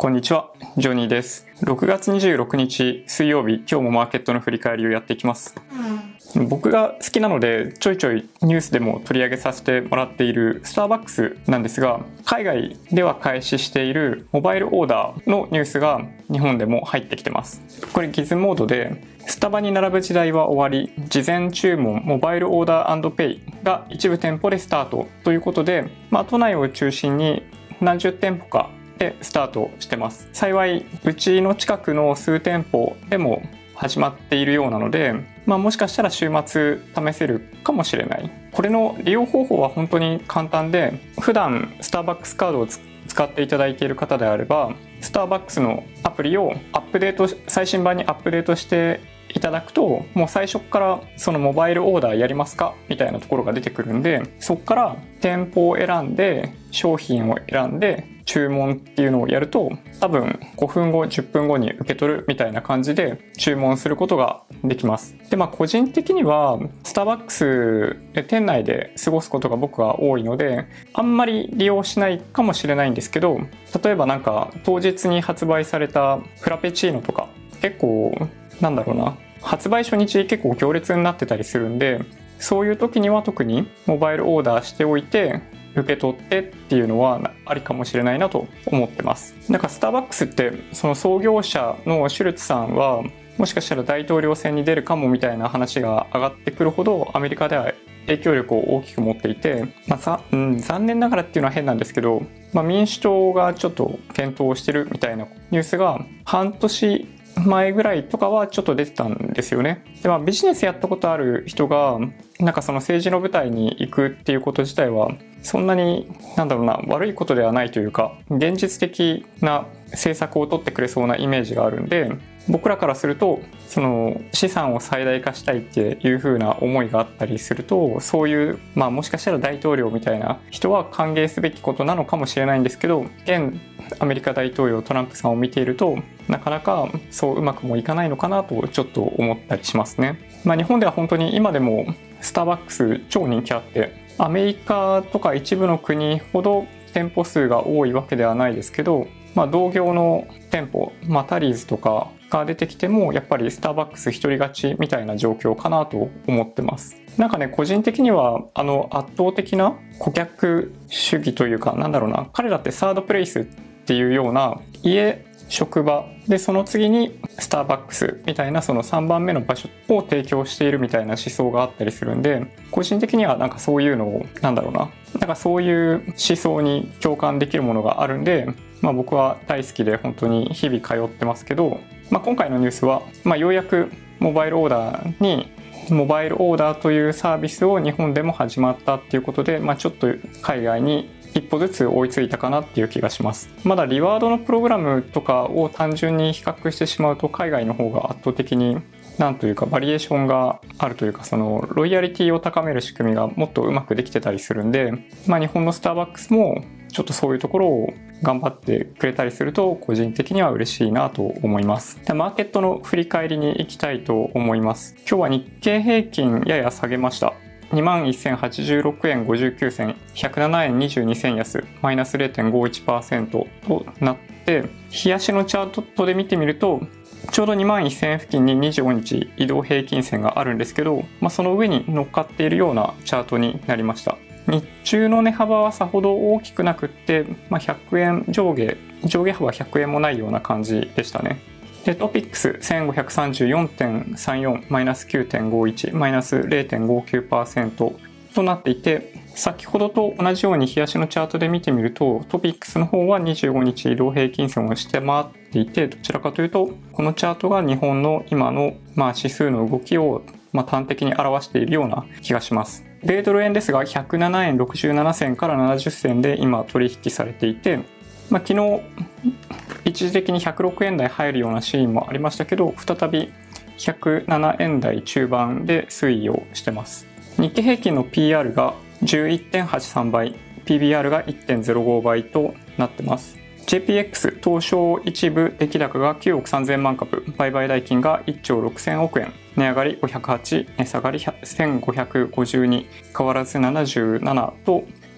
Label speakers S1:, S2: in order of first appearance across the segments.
S1: こんにちは、ジョニーです。6月26日水曜日、今日もマーケットの振り返りをやっていきます。僕が好きなのでちょいちょいニュースでも取り上げさせてもらっているスターバックスなんですが、海外では開始しているモバイルオーダーのニュースが日本でも入ってきてます。これギズモードで、スタバに並ぶ時代は終わり、事前注文モバイルオーダー&ペイが一部店舗でスタートということで、都内を中心に何十店舗かでスタートしてます。幸いうちの近くの数店舗でも始まっているようなので、もしかしたら週末試せるかもしれない。これの利用方法は本当に簡単で、普段スターバックスカードを使っていただいている方であれば、スターバックスのアプリを最新版にアップデートしていただくと、もう最初からそのモバイルオーダーやりますかみたいなところが出てくるんで、そこから店舗を選んで商品を選んで注文っていうのをやると、多分5分後10分後に受け取るみたいな感じで注文することができます。で、個人的にはスターバックスで店内で過ごすことが僕は多いので、あんまり利用しないかもしれないんですけど、例えば当日に発売されたフラペチーノとか結構発売初日結構行列になってたりするんで、そういう時には特にモバイルオーダーしておいて受け取ってっていうのはありかもしれないなと思ってます。スターバックスってその創業者のシュルツさんはもしかしたら大統領選に出るかもみたいな話が上がってくるほどアメリカでは影響力を大きく持っていて、残念ながらっていうのは変なんですけど、民主党がちょっと検討してるみたいなニュースが半年前ぐらいとかはちょっと出てたんですよね。で、ビジネスやったことある人がその政治の舞台に行くっていうこと自体はそんなに悪いことではないというか、現実的な政策を取ってくれそうなイメージがあるんで、僕らからするとその資産を最大化したいっていう風な思いがあったりすると、そういうもしかしたら大統領みたいな人は歓迎すべきことなのかもしれないんですけど、現アメリカ大統領トランプさんを見ているとなかなかそううまくもいかないのかなとちょっと思ったりしますね。日本では本当に今でもスターバックス超人気あって、アメリカとか一部の国ほど店舗数が多いわけではないですけど、同業の店舗、タリーズとかが出てきてもやっぱりスターバックス一人勝ちみたいな状況かなと思ってます。個人的には圧倒的な顧客主義というか、彼らってサードプレイスっていうような職場でその次にスターバックスみたいなその3番目の場所を提供しているみたいな思想があったりするんで、個人的にはそういうのをそういう思想に共感できるものがあるんで、僕は大好きで本当に日々通ってますけど、今回のニュースは、ようやくモバイルオーダーというサービスを日本でも始まったっていうことで、ちょっと海外に一歩ずつ追いついたかなっていう気がします。まだリワードのプログラムとかを単純に比較してしまうと、海外の方が圧倒的にバリエーションがあるというか、そのロイヤリティを高める仕組みがもっとうまくできてたりするんで、日本のスターバックスもちょっとそういうところを頑張ってくれたりすると個人的には嬉しいなと思います。で、マーケットの振り返りに行きたいと思います。今日は日経平均やや下げました。21,086円59銭、107円22銭安、マイナス 0.51% となって、日足のチャートで見てみると、ちょうど21,000円付近に25日移動平均線があるんですけど、その上に乗っかっているようなチャートになりました。日中の値幅はさほど大きくなくって、100円上下幅100円もないような感じでしたね。で、トピックス 1534.34 マイナス 9.51 マイナス 0.59% となっていて、先ほどと同じように日足のチャートで見てみると、トピックスの方は25日移動平均線を下回っていて、どちらかというとこのチャートが日本の今の指数の動きを端的に表しているような気がします。米ドル円ですが107円67銭から70銭で今取引されていて、昨日一時的に106円台入るようなシーンもありましたけど、再び107円台中盤で推移をしてます。日経平均の PR が 11.83 倍、PBR が 1.05 倍となってます。JPX 東証一部出来高が9億3000万株、売買代金が1兆6000億円、値上がり508、値下がり1552、変わらず77と、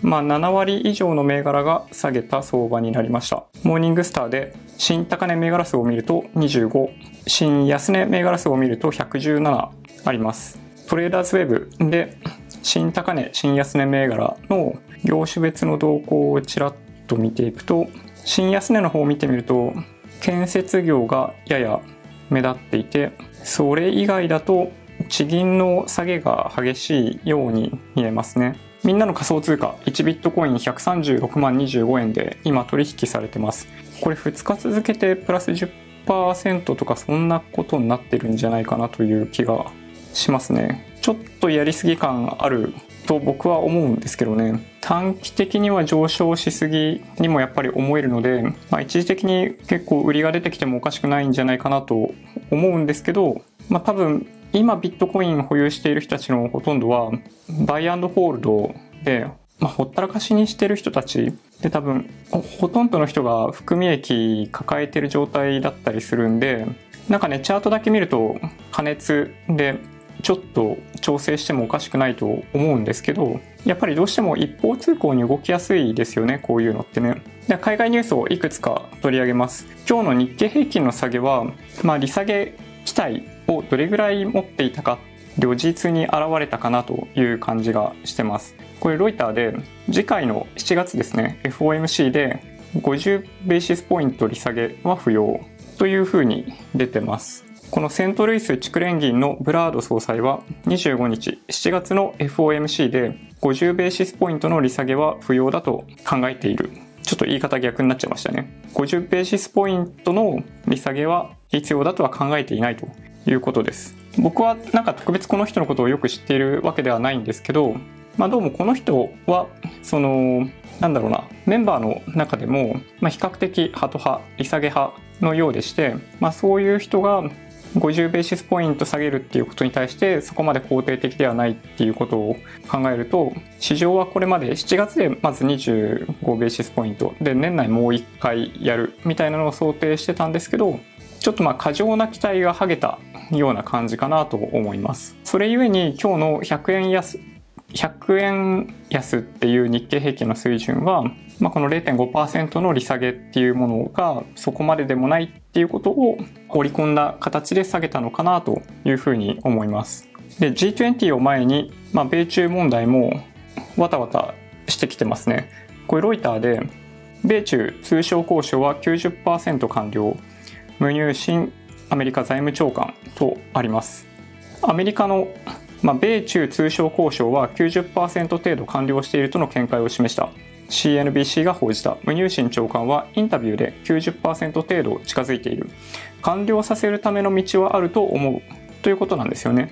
S1: 7割以上の銘柄が下げた相場になりました。モーニングスターで新高値銘柄数を見ると25、新安値銘柄数を見ると117あります。トレーダーズウェブで新高値新安値銘柄の業種別の動向をちらっと見ていくと、新安値の方を見てみると建設業がやや目立っていて、それ以外だと地銀の下げが激しいように見えますね。みんなの仮想通貨1ビットコイン136万25円で今取引されてます。これ2日続けてプラス 10% とかそんなことになってるんじゃないかなという気がしますね。ちょっとやりすぎ感あると僕は思うんですけどね。短期的には上昇しすぎにもやっぱり思えるので、一時的に結構売りが出てきてもおかしくないんじゃないかなと思うんですけど、多分今ビットコインを保有している人たちのほとんどはバイアンドホールドで、ほったらかしにしてる人たちで、多分ほとんどの人が含み益抱えてる状態だったりするんで、チャートだけ見ると過熱でちょっと調整してもおかしくないと思うんですけど、やっぱりどうしても一方通行に動きやすいですよね、こういうのってね。では海外ニュースをいくつか取り上げます。今日の日経平均の下げは、利下げ期待をどれぐらい持っていたか、如実に現れたかなという感じがしてます。これロイターで次回の7月ですね、 FOMC で50ベーシスポイント利下げは不要というふうに出てます。このセントルイス地区連銀のブラード総裁は25日7月の FOMC で50ベーシスポイントの利下げは不要だと考えている。ちょっと言い方逆になっちゃいましたね。50ベーシスポイントの利下げは必要だとは考えていないということです。僕は特別この人のことをよく知っているわけではないんですけど、どうもこの人はメンバーの中でも比較的ハト派、利下げ派のようでして、そういう人が50ベーシスポイント下げるっていうことに対してそこまで肯定的ではないっていうことを考えると、市場はこれまで7月でまず25ベーシスポイントで年内もう1回やるみたいなのを想定してたんですけど、ちょっと過剰な期待が剥げたような感じかなと思います。それゆえに今日の100円安っていう日経平均の水準は、この 0.5% の利下げっていうものがそこまででもないっていうことを織り込んだ形で下げたのかなというふうに思います。で G20 を前に、米中問題もわたわたしてきてますね。これロイターで米中通商交渉は 90% 完了、ムニューシンアメリカ財務長官とあります。アメリカの米中通商交渉は 90% 程度完了しているとの見解を示した CNBC が報じた。ムニューシン長官はインタビューで 90% 程度近づいている、完了させるための道はあると思うということなんですよね。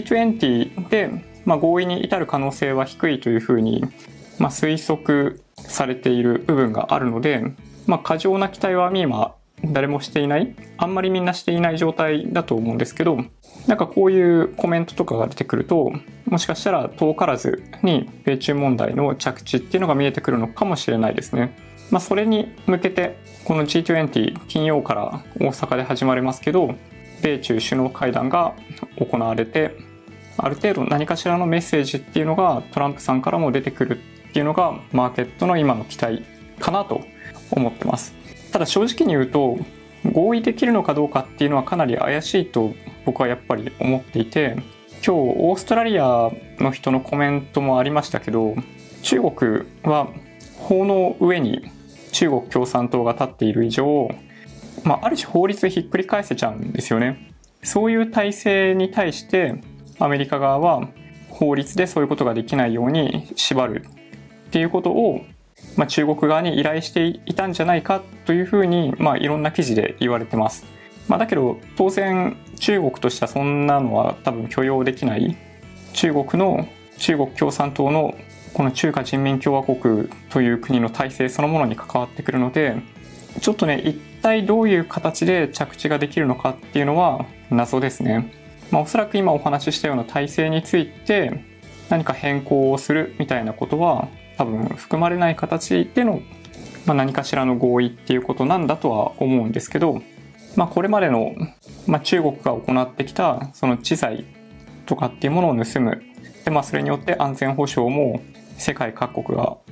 S1: G20 で、合意に至る可能性は低いというふうに、推測されている部分があるので、過剰な期待は今誰もしていない、あんまりみんなしていない状態だと思うんですけど、こういうコメントとかが出てくると、もしかしたら遠からずに米中問題の着地っていうのが見えてくるのかもしれないですね。それに向けてこの G20 金曜から大阪で始まりますけど、米中首脳会談が行われて、ある程度何かしらのメッセージっていうのがトランプさんからも出てくるっていうのがマーケットの今の期待かなと思ってます。ただ正直に言うと合意できるのかどうかっていうのはかなり怪しいと僕はやっぱり思っていて、今日オーストラリアの人のコメントもありましたけど、中国は法の上に中国共産党が立っている以上、ある種法律でひっくり返せちゃうんですよね。そういう体制に対してアメリカ側は法律でそういうことができないように縛るっていうことを中国側に依頼していたんじゃないかというふうに、いろんな記事で言われてます。だけど当然中国としてはそんなのは多分許容できない。中国共産党のこの中華人民共和国という国の体制そのものに関わってくるので、ちょっとね、一体どういう形で着地ができるのかっていうのは謎ですね。おそらく今お話ししたような体制について何か変更をするみたいなことは多分含まれない形での、何かしらの合意っていうことなんだとは思うんですけど、これまでの、中国が行ってきたその知財とかっていうものを盗む。で、それによって安全保障も世界各国が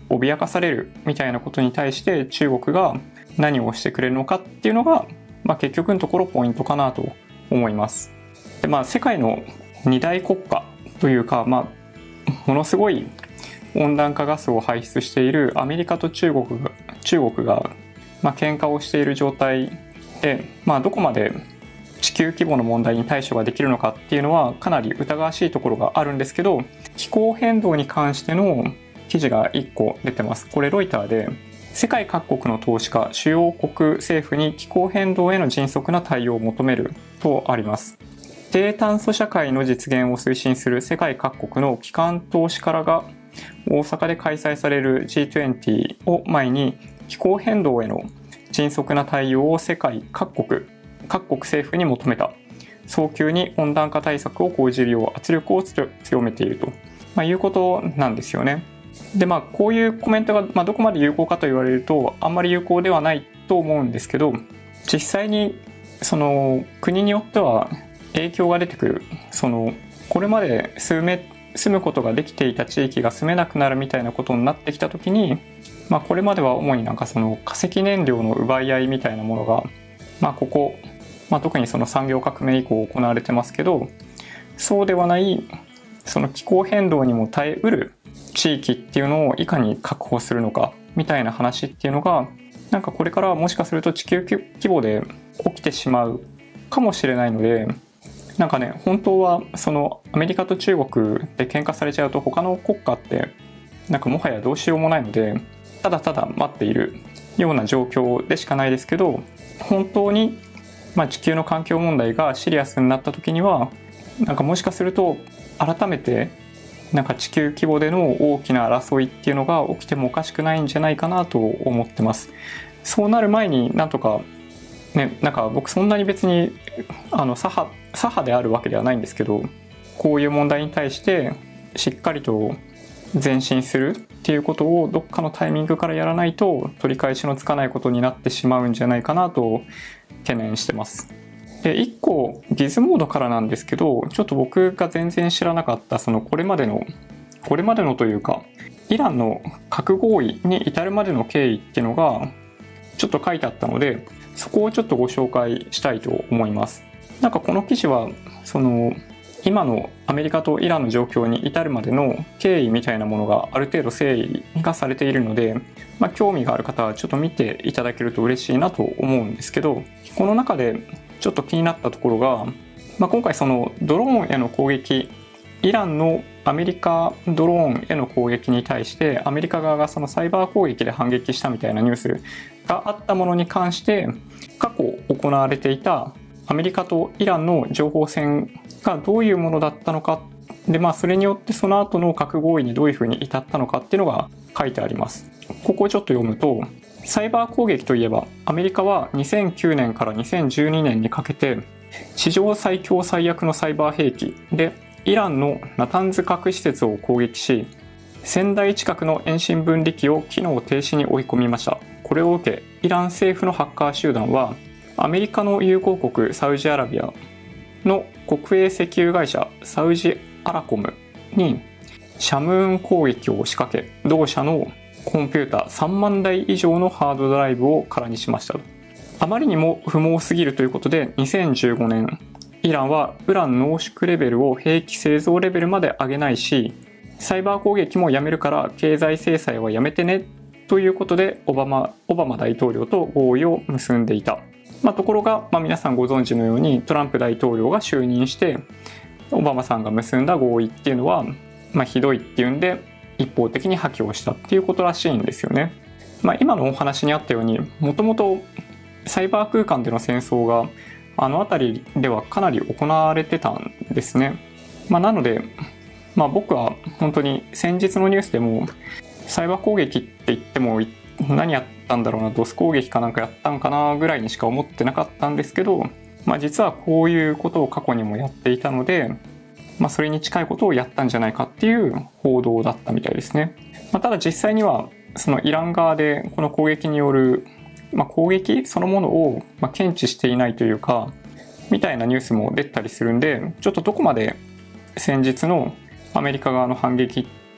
S1: 脅かされるみたいなことに対して中国が何をしてくれるのかっていうのが、結局のところポイントかなと思います。で、世界の二大国家というか、ものすごい温暖化ガスを排出しているアメリカと中国が喧嘩をしている状態で、どこまで地球規模の問題に対処ができるのかっていうのはかなり疑わしいところがあるんですけど、気候変動に関しての記事が1個出てます。これロイターで、世界各国の投資家、主要国政府に気候変動への迅速な対応を求めるとあります。低炭素社会の実現を推進する世界各国の機関投資家らが大阪で開催される G20 を前に、気候変動への迅速な対応を世界各国政府に求めた。早急に温暖化対策を講じるよう圧力を強めていると、いうことなんですよね。で、こういうコメントが、どこまで有効かと言われるとあんまり有効ではないと思うんですけど、実際にその国によっては影響が出てくる。これまで住むことができていた地域が住めなくなるみたいなことになってきたときに、これまでは主にその化石燃料の奪い合いみたいなものが、ここ、特にその産業革命以降行われてますけど、そうではないその気候変動にも耐えうる地域っていうのをいかに確保するのかみたいな話っていうのが、これからはもしかすると地球規模で起きてしまうかもしれないので、本当はそのアメリカと中国で喧嘩されちゃうと他の国家ってもはやどうしようもないので、ただただ待っているような状況でしかないですけど、本当に地球の環境問題がシリアスになった時にはもしかすると改めて地球規模での大きな争いっていうのが起きてもおかしくないんじゃないかなと思ってます。そうなる前になんとかね、僕そんなに別に左派であるわけではないんですけど、こういう問題に対してしっかりと前進するっていうことをどっかのタイミングからやらないと取り返しのつかないことになってしまうんじゃないかなと懸念してます。で、1個ギズモードからなんですけど、ちょっと僕が全然知らなかったこれまでのというかイランの核合意に至るまでの経緯っていうのがちょっと書いてあったので、そこをちょっとご紹介したいと思います。この記事は今のアメリカとイランの状況に至るまでの経緯みたいなものがある程度整理がされているので、興味がある方はちょっと見ていただけると嬉しいなと思うんですけど、この中でちょっと気になったところが、今回ドローンへの攻撃、イランのアメリカドローンへの攻撃に対してアメリカ側がサイバー攻撃で反撃したみたいなニュースがあったものに関して、過去行われていたアメリカとイランの情報戦がどういうものだったのかで、それによってその後の核合意にどういうふうに至ったのかっていうのが書いてあります。ここをちょっと読むと、サイバー攻撃といえばアメリカは2009年から2012年にかけて史上最強最悪のサイバー兵器でイランのナタンズ核施設を攻撃し、1000台近くの遠心分離機を機能停止に追い込みました。これを受け、イラン政府のハッカー集団はアメリカの友好国サウジアラビアの国営石油会社サウジアラコムにシャムーン攻撃を仕掛け、同社のコンピューター3万台以上のハードドライブを空にしました。あまりにも不毛すぎるということで、2015年イランはウラン濃縮レベルを兵器製造レベルまで上げないし、サイバー攻撃もやめるから経済制裁はやめてねということでオバマ大統領と合意を結んでいた。ところが、皆さんご存知のようにトランプ大統領が就任してオバマさんが結んだ合意っていうのは、ひどいっていうんで一方的に破棄をしたっていうことらしいんですよね。今のお話にあったように、もともとサイバー空間での戦争があの辺りではかなり行われてたんですね。なので、僕は本当に先日のニュースでもサイバー攻撃って言っても何やったんだろうな、ドス攻撃かなんかやったんかなぐらいにしか思ってなかったんですけど、実はこういうことを過去にもやっていたので、それに近いことをやったんじゃないかっていう報道だったみたいですね。ただ実際にはそのイラン側でこの攻撃による、攻撃そのものを検知していないというかみたいなニュースも出たりするんで、ちょっとどこまで先日のアメリカ側の反撃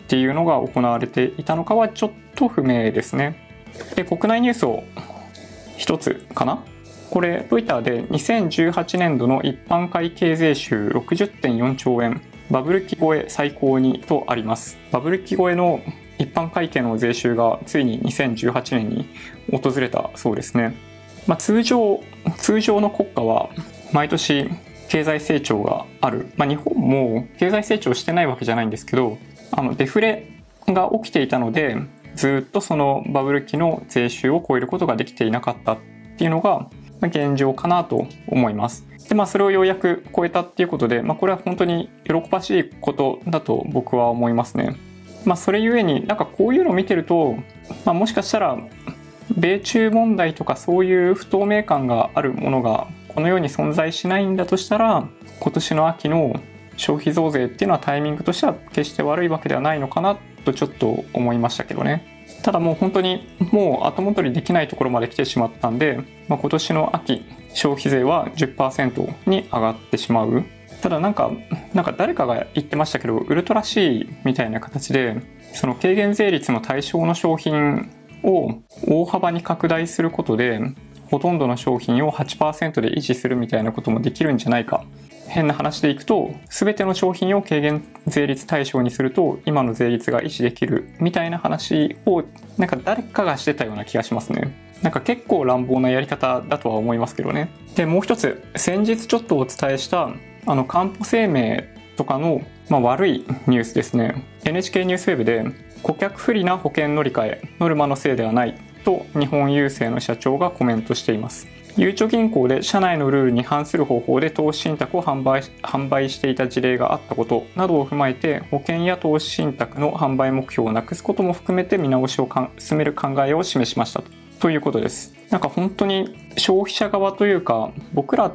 S1: っていうのが行われていたのかはちょっと不明ですね。で、国内ニュースを一つかな。これロイターで2018年度の一般会計税収 60.4 兆円、バブル期超え最高にとあります。バブル期超えの一般会計の税収がついに2018年に訪れたそうですね。通常の国家は毎年経済成長がある。日本も経済成長してないわけじゃないんですけど、デフレが起きていたので、ずっとそのバブル期の税収を超えることができていなかったっていうのが現状かなと思います。で、それをようやく超えたっていうことで、これは本当に喜ばしいことだと僕は思いますね。それゆえにこういうのを見てると、もしかしたら米中問題とかそういう不透明感があるものがこのように存在しないんだとしたら、今年の秋の消費増税っていうのはタイミングとしては決して悪いわけではないのかなとちょっと思いましたけどね。ただもう本当にもう後戻りできないところまで来てしまったんで、今年の秋消費税は 10% に上がってしまう。ただ誰かが言ってましたけど、ウルトラ C みたいな形でその軽減税率の対象の商品を大幅に拡大することで、ほとんどの商品を 8% で維持するみたいなこともできるんじゃないか。変な話でいくと、全ての商品を軽減税率対象にすると今の税率が維持できるみたいな話を誰かがしてたような気がしますね。結構乱暴なやり方だとは思いますけどね。で、もう一つ、先日ちょっとお伝えしたかんぽ生命とかの、悪いニュースですね。NHK ニュースウェブで顧客不利な保険乗り換え、ノルマのせいではないと日本郵政の社長がコメントしています。ゆうちょ銀行で社内のルールに反する方法で投資信託を販売していた事例があったことなどを踏まえて、保険や投資信託の販売目標をなくすことも含めて見直しを進める考えを示しましたということです。本当に消費者側というか僕らって、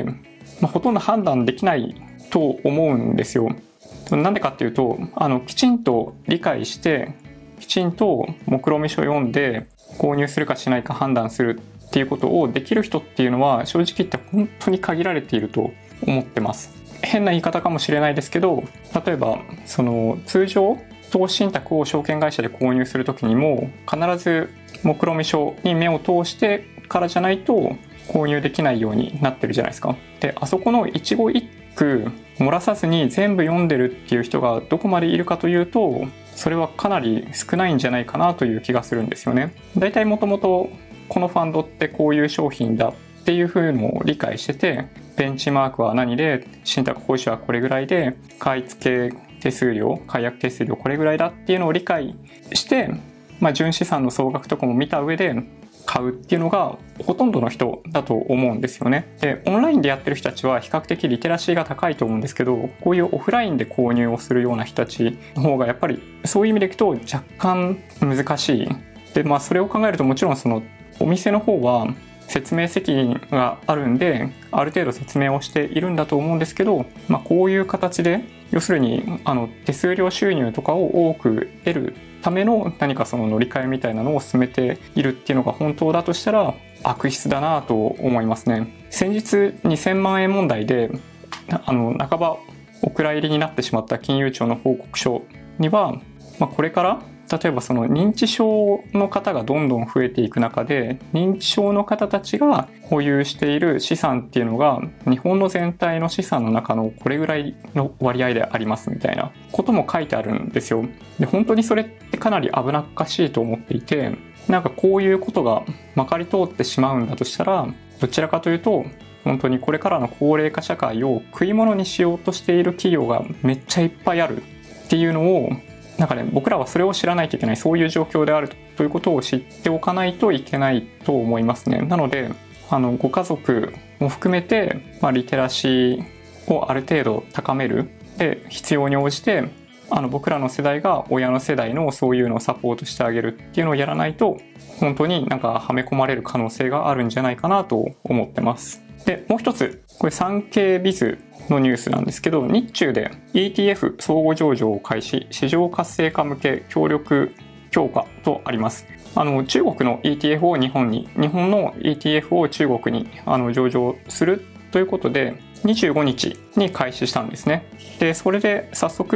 S1: ほとんど判断できないと思うんですよ。なんでかっていうと、きちんと理解してきちんと目論見書を読んで購入するかしないか判断するっていうことをできる人っていうのは正直言って本当に限られていると思ってます。変な言い方かもしれないですけど、例えば通常投資信託を証券会社で購入するときにも必ず目論見書に目を通してからじゃないと購入できないようになってるじゃないですか。で、あそこの一語一句漏らさずに全部読んでるっていう人がどこまでいるかというと、それはかなり少ないんじゃないかなという気がするんですよね。だいたいもともとこのファンドってこういう商品だっていう風のを理解してて、ベンチマークは何で、信託報酬はこれぐらいで、買い付け手数料、解約手数料これぐらいだっていうのを理解して、純資産の総額とかも見た上で買うっていうのがほとんどの人だと思うんですよね。で、オンラインでやってる人たちは比較的リテラシーが高いと思うんですけど、こういうオフラインで購入をするような人たちの方がやっぱりそういう意味でいくと若干難しい。で、それを考えるともちろんお店の方は説明責任があるんで、ある程度説明をしているんだと思うんですけど、こういう形で要するに手数料収入とかを多く得るための何か乗り換えみたいなのを進めているっていうのが本当だとしたら悪質だなと思いますね。先日2000万円問題で半ばお蔵入りになってしまった金融庁の報告書には、これから例えば認知症の方がどんどん増えていく中で、認知症の方たちが保有している資産っていうのが日本の全体の資産の中のこれぐらいの割合でありますみたいなことも書いてあるんですよ。で、本当にそれってかなり危なっかしいと思っていて、こういうことがまかり通ってしまうんだとしたら、どちらかというと本当にこれからの高齢化社会を食い物にしようとしている企業がめっちゃいっぱいあるっていうのを僕らはそれを知らないといけない、そういう状況であるということを知っておかないといけないと思いますね。なのでご家族も含めて、リテラシーをある程度高める。で、必要に応じて僕らの世代が親の世代のそういうのをサポートしてあげるっていうのをやらないと、本当にはめ込まれる可能性があるんじゃないかなと思ってます。で、もう一つ、これ産経ビズのニュースなんですけど、日中で ETF 相互上場を開始、市場活性化向け協力強化とあります。中国の ETF を日本に、日本の ETF を中国に上場するということで25日に開始したんですね。で、それで早速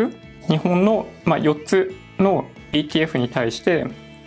S1: 日本の4つの ETF に対して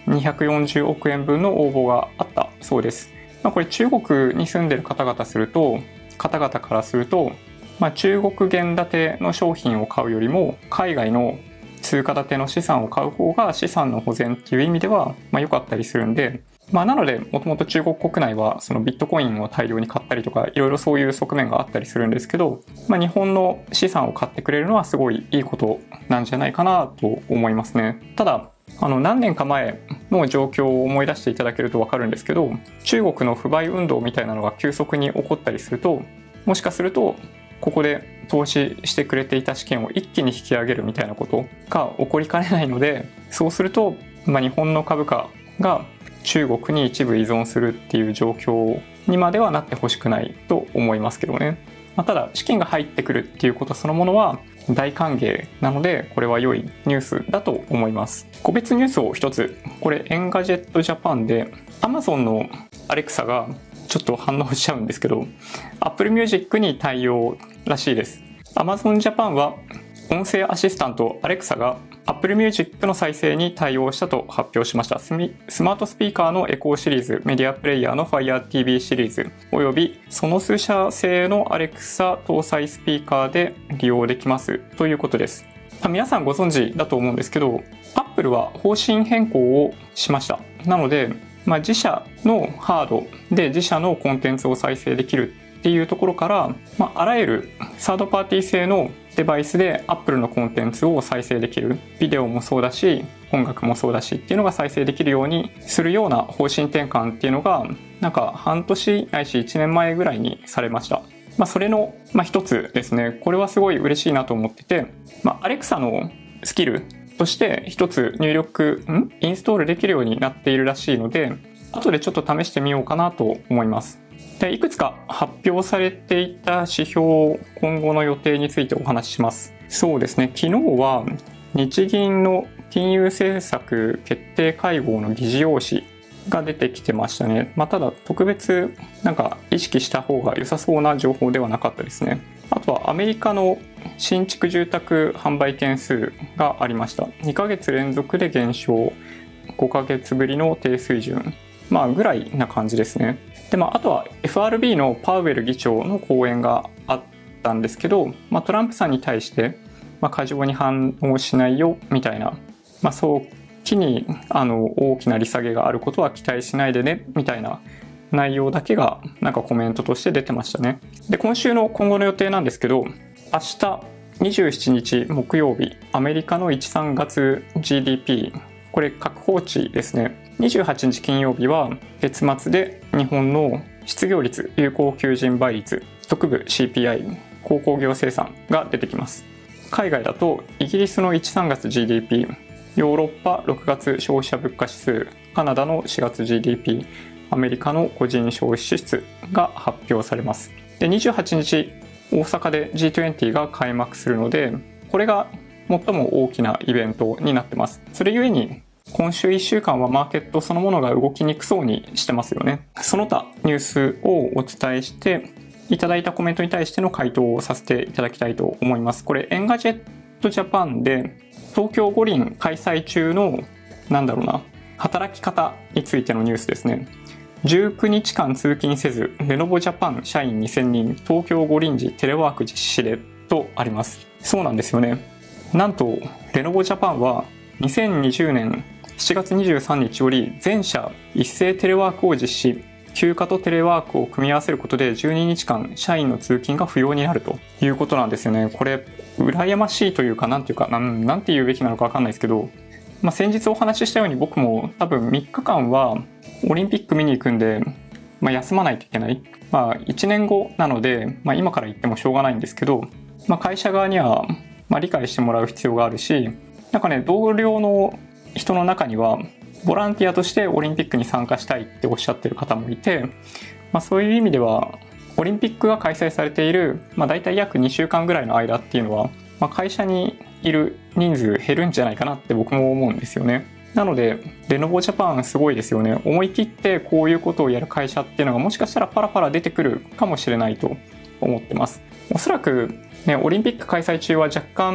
S1: 240億円分の応募があったそうです。これ中国に住んでる方々からすると、中国元建ての商品を買うよりも海外の通貨建ての資産を買う方が資産の保全っていう意味では良かったりするんで、なのでもともと中国国内はそのビットコインを大量に買ったりとかいろいろそういう側面があったりするんですけど、日本の資産を買ってくれるのはすごいいいことなんじゃないかなと思いますね。ただ何年か前の状況を思い出していただけると分かるんですけど、中国の不買運動みたいなのが急速に起こったりすると、もしかするとここで投資してくれていた資金を一気に引き上げるみたいなことが起こりかねないので、そうすると、日本の株価が中国に一部依存するっていう状況にまではなってほしくないと思いますけどね。ただ資金が入ってくるっていうことそのものは大歓迎なので、これは良いニュースだと思います。個別ニュースを一つ、これエンガジェットジャパンで Amazon の Alexa がちょっと反応しちゃうんですけど、 Apple Music に対応らしいです。 Amazon Japan は音声アシスタント Alexa が Apple Music の再生に対応したと発表しました。スマートスピーカーのエコーシリーズ、メディアプレイヤーの Fire TV シリーズおよびソノス社製の Alexa 搭載スピーカーで利用できますということです。皆さんご存知だと思うんですけど、 Apple は方針変更をしました。なので、自社のハードで自社のコンテンツを再生できるっていうところから、あらゆるサードパーティー製のデバイスで Apple のコンテンツを再生できる、ビデオもそうだし音楽もそうだしっていうのが再生できるようにするような方針転換っていうのが半年ないし1年前ぐらいにされました。それの一つですね。これはすごい嬉しいなと思ってて、Alexa のスキルとして一つインストールできるようになっているらしいので、後でちょっと試してみようかなと思います。で、いくつか発表されていた指標、今後の予定についてお話しします。そうですね、昨日は日銀の金融政策決定会合の議事要旨が出てきてましたね。ただ特別意識した方が良さそうな情報ではなかったですね。あとはアメリカの新築住宅販売件数がありました。2ヶ月連続で減少、5ヶ月ぶりの低水準ぐらいな感じですね。で、あとは FRB のパウエル議長の講演があったんですけど、トランプさんに対して過剰に反応しないよみたいな、早期に大きな利下げがあることは期待しないでねみたいな内容だけがコメントとして出てましたね。で、今後の予定なんですけど、明日27日木曜日、アメリカの1、3月 GDP、これ確報値ですね。28日金曜日は月末で日本の失業率、有効求人倍率、特部 CPI、鉱工業生産が出てきます。海外だとイギリスの1、3月 GDP、ヨーロッパ6月消費者物価指数、カナダの4月 GDP、アメリカの個人消費支出が発表されます。で、28日大阪で G20 が開幕するので、これが最も大きなイベントになってます。それゆえに今週1週間はマーケットそのものが動きにくそうにしてますよね。その他ニュースをお伝えしていただいたコメントに対しての回答をさせていただきたいと思います。これエンガジェットジャパンで東京五輪開催中の働き方についてのニュースですね。19日間通勤せずレノボジャパン社員2000人東京五輪時テレワーク実施でとあります。そうなんですよね。なんとレノボジャパンは2020年7月23日より全社一斉テレワークを実施、休暇とテレワークを組み合わせることで12日間社員の通勤が不要になるということなんですよね。これ羨ましいというかなんて言うべきなのか分かんないですけど、先日お話ししたように僕も多分3日間はオリンピック見に行くんで、休まないといけない。1年後なので、今から言ってもしょうがないんですけど、会社側には理解してもらう必要があるし、同僚の人の中にはボランティアとしてオリンピックに参加したいっておっしゃってる方もいて、そういう意味ではオリンピックが開催されている、だいたい約2週間ぐらいの間っていうのは、会社にいる人数減るんじゃないかなって僕も思うんですよね。なのでレノボジャパンすごいですよね。思い切ってこういうことをやる会社っていうのがもしかしたらパラパラ出てくるかもしれないと思ってます。おそらくオリンピック開催中は若干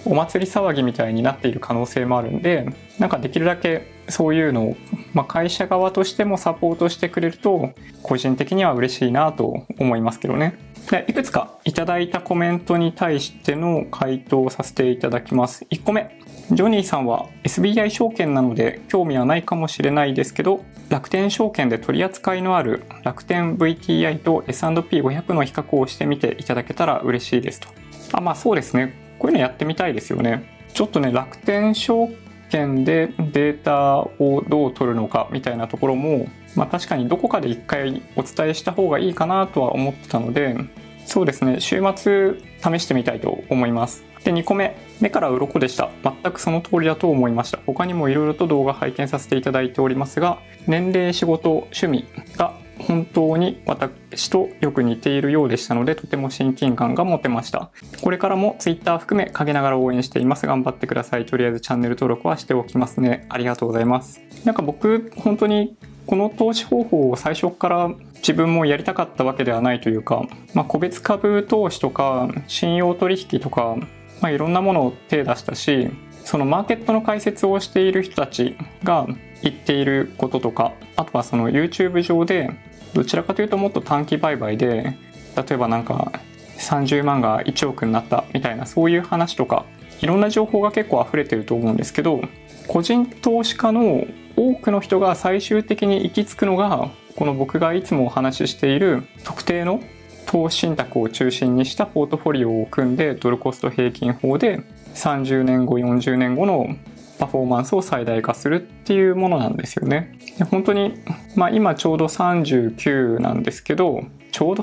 S1: お祭り騒ぎみたいになっている可能性もあるんで、なんかできるだけそういうのを、会社側としてもサポートしてくれると個人的には嬉しいなと思いますけどね。で、いくつかいただいたコメントに対しての回答をさせていただきます。1個目、ジョニーさんは SBI 証券なので興味はないかもしれないですけど、楽天証券で取り扱いのある楽天 VTI と S&P500 の比較をしてみていただけたら嬉しいですと。そうですね。こういうのやってみたいですよね。ちょっとね、楽天証券でデータをどう取るのかみたいなところも、確かにどこかで一回お伝えした方がいいかなとは思ってたので、そうですね、週末試してみたいと思います。で、2個目、目から鱗でした。全くその通りだと思いました。他にもいろいろと動画拝見させていただいておりますが、年齢、仕事、趣味が本当に私とよく似ているようでしたので、とても親近感が持てました。これからも Twitter 含め陰ながら応援しています。頑張ってください。とりあえずチャンネル登録はしておきますね。ありがとうございます。僕本当にこの投資方法を最初から自分もやりたかったわけではないというか、個別株投資とか信用取引とか、いろんなものを手出したし、そのマーケットの解説をしている人たちが言っていることとか、あとはその YouTube 上でどちらかというともっと短期売買で、例えば30万が1億になったみたいな、そういう話とかいろんな情報が結構溢れてると思うんですけど、個人投資家の多くの人が最終的に行き着くのが、この僕がいつもお話ししている特定の投資信託を中心にしたポートフォリオを組んで、ドルコスト平均法で30年後40年後のパフォーマンスを最大化するっていうものなんですよね。で、本当に、今ちょうど39なんですけど、ちょうど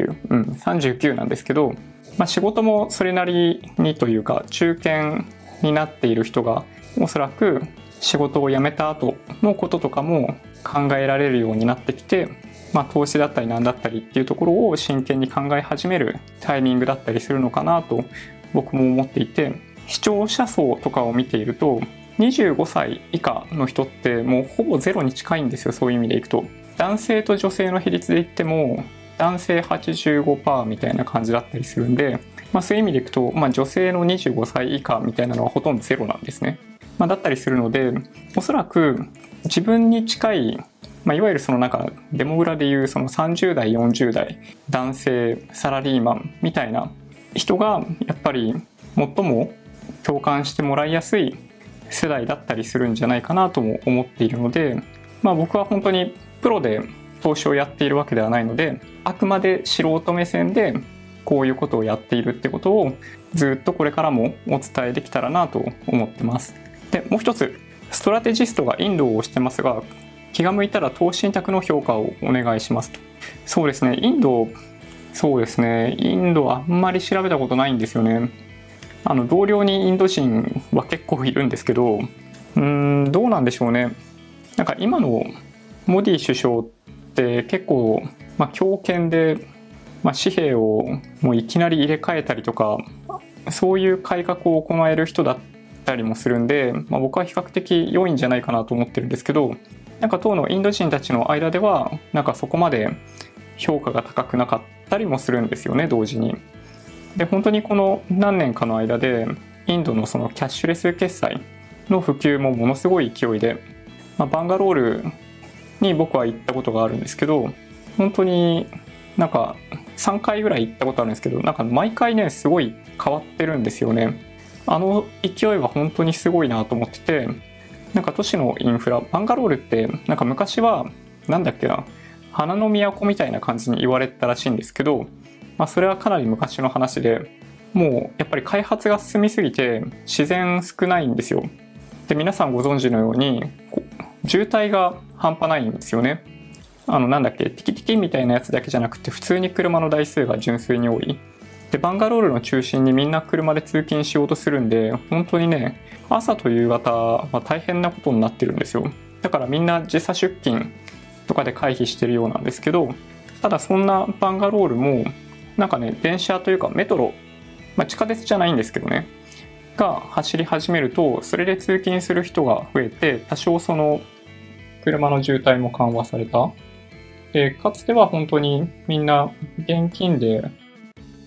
S1: 39なんですけど、仕事もそれなりにというか中堅になっている人がおそらく仕事を辞めた後のこととかも考えられるようになってきて、投資だったり何だったりっていうところを真剣に考え始めるタイミングだったりするのかなと僕も思っていて、視聴者層とかを見ていると25歳以下の人ってもうほぼゼロに近いんですよ。そういう意味でいくと男性と女性の比率で言っても男性 85% みたいな感じだったりするんで、そういう意味でいくと、女性の25歳以下みたいなのはほとんどゼロなんですね。だったりするので、おそらく自分に近い、いわゆるデモグラでいうその30代40代男性サラリーマンみたいな人がやっぱり最も共感してもらいやすい世代だったりするんじゃないかなとも思っているので、僕は本当にプロで投資をやっているわけではないので、あくまで素人目線でこういうことをやっているってことをずっとこれからもお伝えできたらなと思ってます。で、もう一つ、ストラテジストがインドをしてますが、気が向いたら投資信託の評価をお願いしますと。そうですね、インドはあんまり調べたことないんですよね。同僚にインド人は結構いるんですけど、どうなんでしょうね。今のモディ首相って結構、強権で、紙幣をもういきなり入れ替えたりとか、そういう改革を行える人だったりもするんで、僕は比較的良いんじゃないかなと思ってるんですけど、当のインド人たちの間ではそこまで評価が高くなかったりもするんですよね、同時に。で、本当にこの何年かの間でインドのそのキャッシュレス決済の普及もものすごい勢いで、バンガロールに僕は行ったことがあるんですけど、本当に3回ぐらい行ったことあるんですけど、毎回ねすごい変わってるんですよね。あの勢いは本当にすごいなと思ってて、都市のインフラ、バンガロールって昔は花の都みたいな感じに言われたらしいんですけど、それはかなり昔の話で、もうやっぱり開発が進みすぎて自然少ないんですよ。で、皆さんご存知のように渋滞が半端ないんですよね。ティキティキみたいなやつだけじゃなくて、普通に車の台数が純粋に多い。で、バンガロールの中心にみんな車で通勤しようとするんで、本当にね、朝と夕方は大変なことになってるんですよ。だからみんな時差出勤とかで回避してるようなんですけど、ただそんなバンガロールも電車というかメトロ、地下鉄じゃないんですけどね、が走り始めると、それで通勤する人が増えて、多少その車の渋滞も緩和された。で、かつては本当にみんな現金で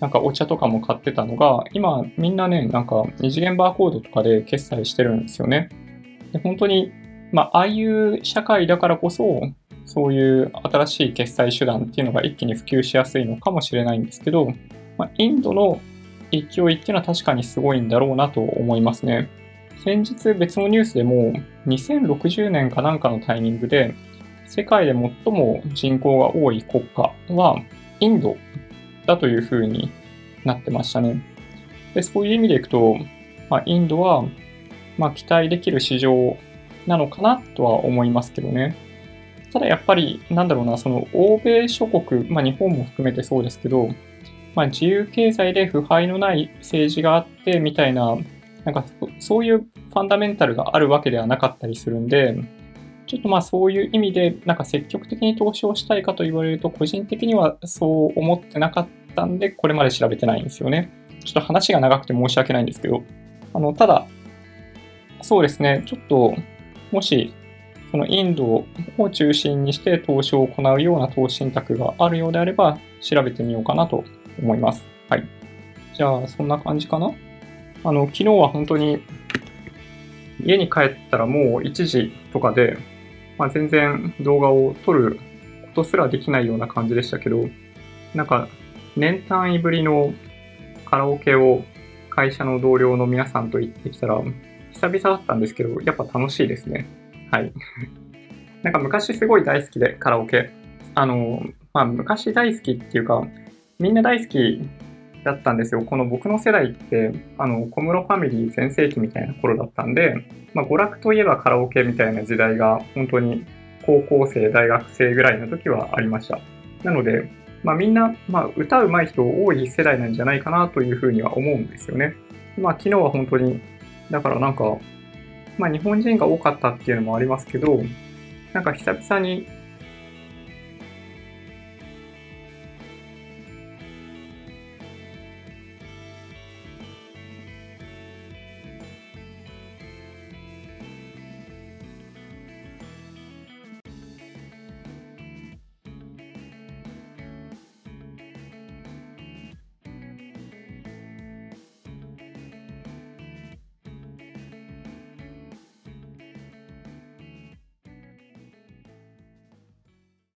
S1: なんかお茶とかも買ってたのが、今みんなね、なんか二次元バーコードとかで決済してるんですよね。で本当に、ああいう社会だからこそ、そういう新しい決済手段っていうのが一気に普及しやすいのかもしれないんですけど、インドの勢いっていうのは確かにすごいんだろうなと思いますね。先日別のニュースでも2060年かなんかのタイミングで世界で最も人口が多い国家はインドだというふうになってましたね。でそういう意味でいくと、インドは期待できる市場なのかなとは思いますけどね。ただやっぱりその欧米諸国、日本も含めてそうですけど、自由経済で腐敗のない政治があってみたいな、そういうファンダメンタルがあるわけではなかったりするんで、ちょっとそういう意味で積極的に投資をしたいかと言われると個人的にはそう思ってなかったんでこれまで調べてないんですよね。ちょっと話が長くて申し訳ないんですけど、ただそうですね、ちょっともしそのインドを中心にして投資を行うような投資信託があるようであれば調べてみようかなと思います。はい。じゃあそんな感じかな。昨日は本当に家に帰ったらもう1時とかで、全然動画を撮ることすらできないような感じでしたけど、年単位ぶりのカラオケを会社の同僚の皆さんと行ってきたら、久々だったんですけど、やっぱ楽しいですね。はい。昔すごい大好きで、カラオケ。昔大好きっていうか、みんな大好きだったんですよ。この僕の世代って、小室ファミリー全盛期みたいな頃だったんで、娯楽といえばカラオケみたいな時代が、本当に高校生、大学生ぐらいの時はありました。なので、みんな、歌うまい人多い世代なんじゃないかなというふうには思うんですよね。昨日は本当に、だから日本人が多かったっていうのもありますけど、久々に